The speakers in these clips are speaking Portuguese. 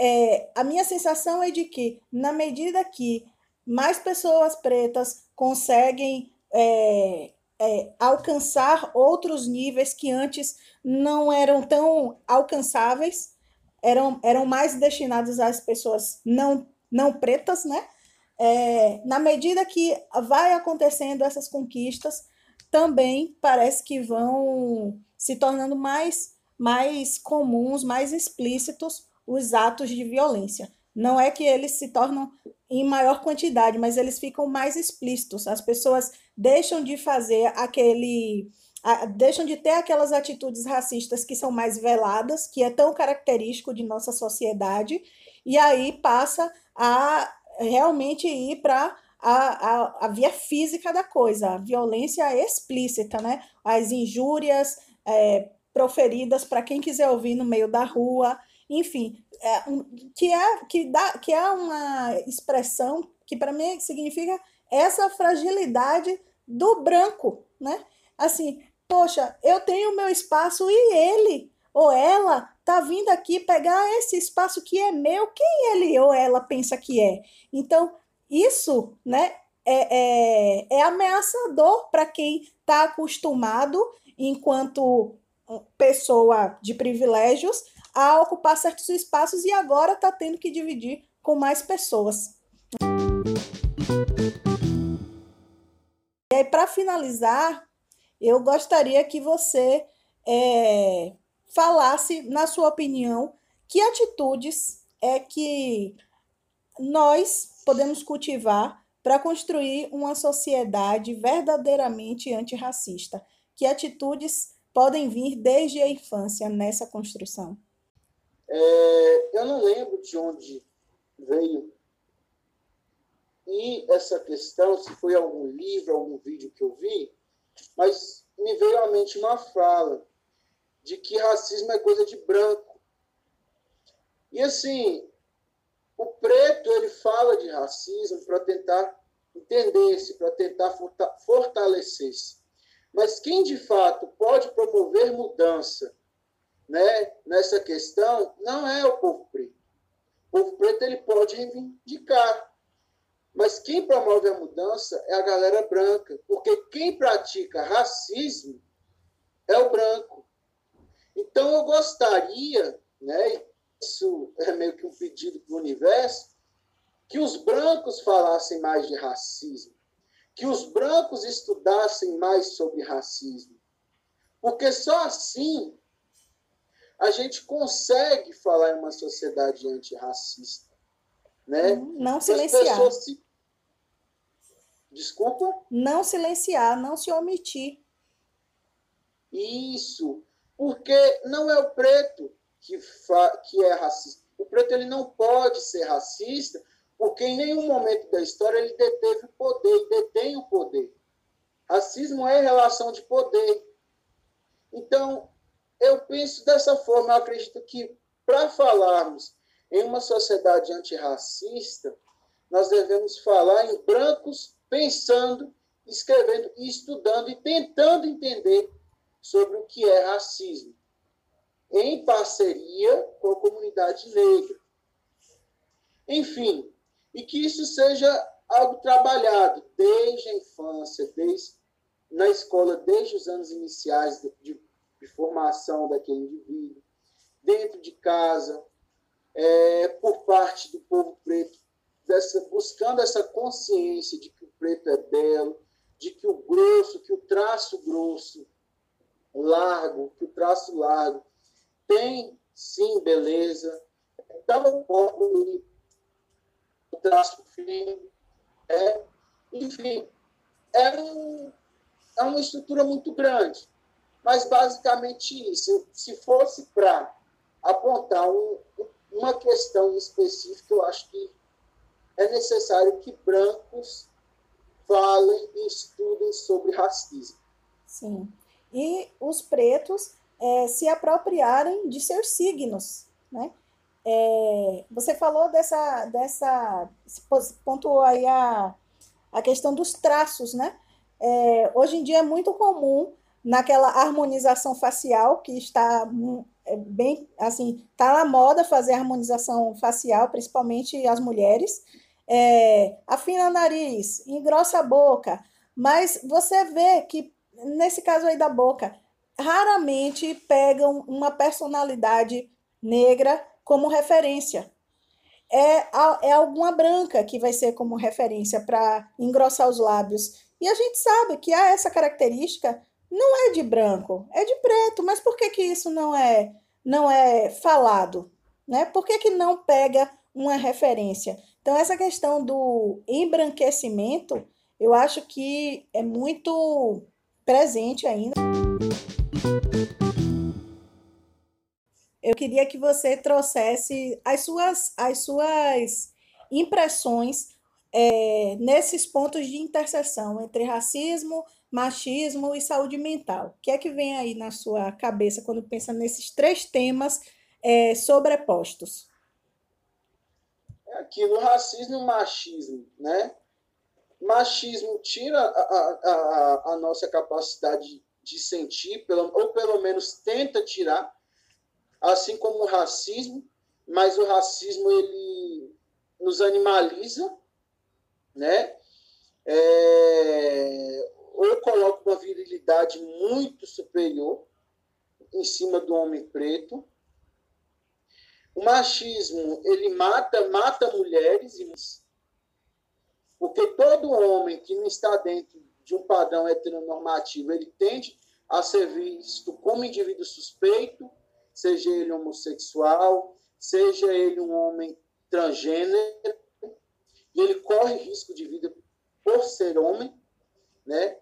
a minha sensação é de que, na medida que mais pessoas pretas conseguem alcançar outros níveis que antes não eram tão alcançáveis, eram mais destinados às pessoas não pretas, né? Na medida que vai acontecendo essas conquistas, também parece que vão se tornando mais comuns, mais explícitos os atos de violência. Não é que eles se tornam em maior quantidade, mas eles ficam mais explícitos. As pessoas deixam de fazer deixam de ter aquelas atitudes racistas que são mais veladas, que é tão característico de nossa sociedade, e aí passa a realmente ir para a via física da coisa, a violência explícita, né? As injúrias proferidas para quem quiser ouvir no meio da rua, enfim, que é uma expressão que para mim significa essa fragilidade do branco, né? Assim, poxa, eu tenho meu espaço e ele ou ela tá vindo aqui pegar esse espaço que é meu, quem ele ou ela pensa que é? Então, isso, né, é ameaçador para quem está acostumado, enquanto pessoa de privilégios, a ocupar certos espaços e agora está tendo que dividir com mais pessoas. E aí, para finalizar, eu gostaria que você falasse, na sua opinião, que atitudes é que nós podemos cultivar para construir uma sociedade verdadeiramente antirracista. Que atitudes podem vir desde a infância nessa construção? Eu não lembro de onde veio e essa questão, se foi algum livro, algum vídeo que eu vi, mas me veio à mente uma fala de que racismo é coisa de branco. E assim, o preto ele fala de racismo para tentar entender-se, para tentar fortalecer-se. Mas quem de fato pode promover mudança, né, nessa questão não é o povo preto. O povo preto ele pode reivindicar, mas quem promove a mudança é a galera branca, porque quem pratica racismo é o branco. Então eu gostaria, né, isso é meio que um pedido para o universo, que os brancos falassem mais de racismo, que os brancos estudassem mais sobre racismo, porque só assim a gente consegue falar em uma sociedade antirracista, né? Não As silenciar. pessoas se... Desculpa? Não silenciar, não se omitir. Isso, porque não é o preto que é racista. O preto ele não pode ser racista porque em nenhum momento da história ele deteve o poder, ele detém o poder. Racismo é relação de poder. Então, eu penso dessa forma, eu acredito que para falarmos em uma sociedade antirracista, nós devemos falar em brancos pensando, escrevendo, estudando e tentando entender sobre o que é racismo, em parceria com a comunidade negra. Enfim, e que isso seja algo trabalhado desde a infância, na escola, desde os anos iniciais de formação daquele indivíduo, dentro de casa, por parte do povo preto, buscando essa consciência de que o preto é belo, de que o grosso, que o traço grosso, largo, que o traço largo tem, sim, beleza, tão bom o traço fino, enfim, é uma estrutura muito grande, mas basicamente isso. Se fosse para apontar uma questão específica, eu acho que é necessário que brancos falem e estudem sobre racismo. Sim. E os pretos se apropriarem de seus signos, né? Você falou pontuou aí a questão dos traços, né? Hoje em dia é muito comum naquela harmonização facial que está bem assim, está na moda fazer harmonização facial, principalmente as mulheres. Afina o nariz, engrossa a boca, mas você vê que nesse caso aí da boca, raramente pegam uma personalidade negra como referência. É alguma branca que vai ser como referência para engrossar os lábios. E a gente sabe que há essa característica, não é de branco, é de preto, mas por que que isso não é falado, né? Por que que não pega uma referência? Então essa questão do embranquecimento, eu acho que é muito presente ainda. Eu queria que você trouxesse as suas impressões nesses pontos de interseção entre racismo, machismo e saúde mental. O que é que vem aí na sua cabeça quando pensa nesses três temas sobrepostos? É aquilo, racismo e machismo, né? Machismo tira a nossa capacidade de sentir, ou pelo menos tenta tirar, assim como o racismo, mas o racismo ele nos animaliza, né? Ou coloca uma virilidade muito superior em cima do homem preto. O machismo ele mata mulheres, porque todo homem que não está dentro de um padrão heteronormativo, ele tende a ser visto como indivíduo suspeito, seja ele homossexual, seja ele um homem transgênero, e ele corre risco de vida por ser homem, né?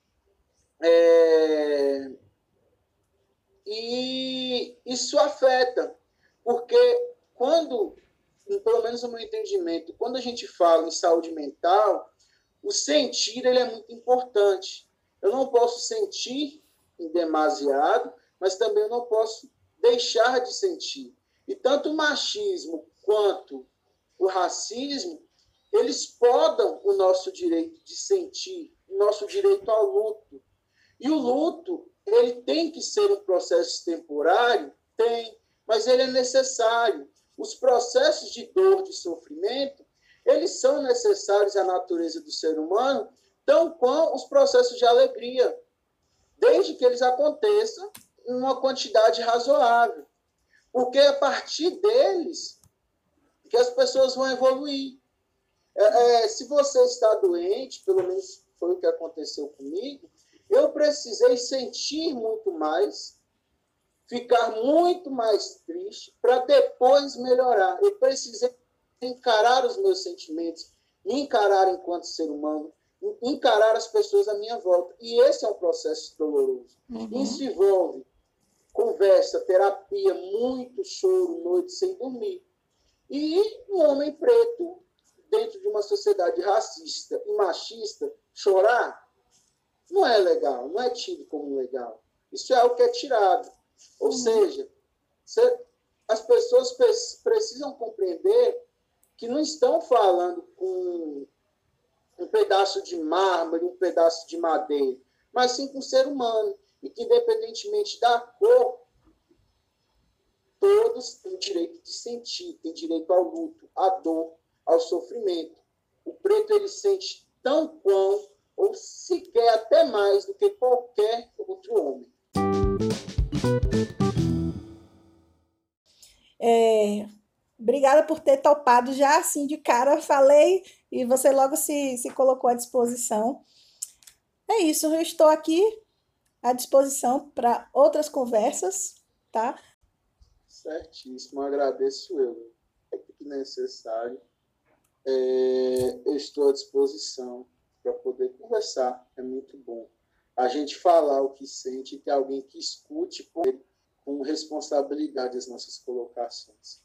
E isso afeta, porque quando, pelo menos no meu entendimento, quando a gente fala em saúde mental, o sentir ele é muito importante. Eu não posso sentir em demasiado, mas também eu não posso deixar de sentir. E tanto o machismo quanto o racismo, eles podam o nosso direito de sentir, o nosso direito ao luto. E o luto, ele tem que ser um processo temporário? Tem, mas ele é necessário. Os processos de dor, de sofrimento, eles são necessários à natureza do ser humano, tão quanto os processos de alegria, desde que eles aconteçam em uma quantidade razoável. Porque é a partir deles que as pessoas vão evoluir. Se você está doente, pelo menos foi o que aconteceu comigo, eu precisei sentir muito mais, ficar muito mais triste, para depois melhorar. Eu precisei encarar os meus sentimentos, me encarar enquanto ser humano, encarar as pessoas à minha volta. E esse é um processo doloroso. Isso envolve conversa, terapia, muito choro, noite sem dormir. E um homem preto, dentro de uma sociedade racista e machista, chorar não é legal, não é tido como legal. Isso é algo que é tirado. Ou seja, as pessoas precisam compreender que não estão falando com um pedaço de mármore, um pedaço de madeira, mas sim com um ser humano. E que, independentemente da cor, todos têm direito de sentir, têm direito ao luto, à dor, ao sofrimento. O preto, ele sente tão quão, ou sequer até mais do que qualquer outro homem. Obrigada por ter topado já assim de cara, falei e você logo se colocou à disposição. É isso, eu estou aqui à disposição para outras conversas, tá? Certíssimo, agradeço eu. É que necessário. Eu estou à disposição para poder conversar. É muito bom a gente falar o que sente e ter alguém que escute com responsabilidade as nossas colocações.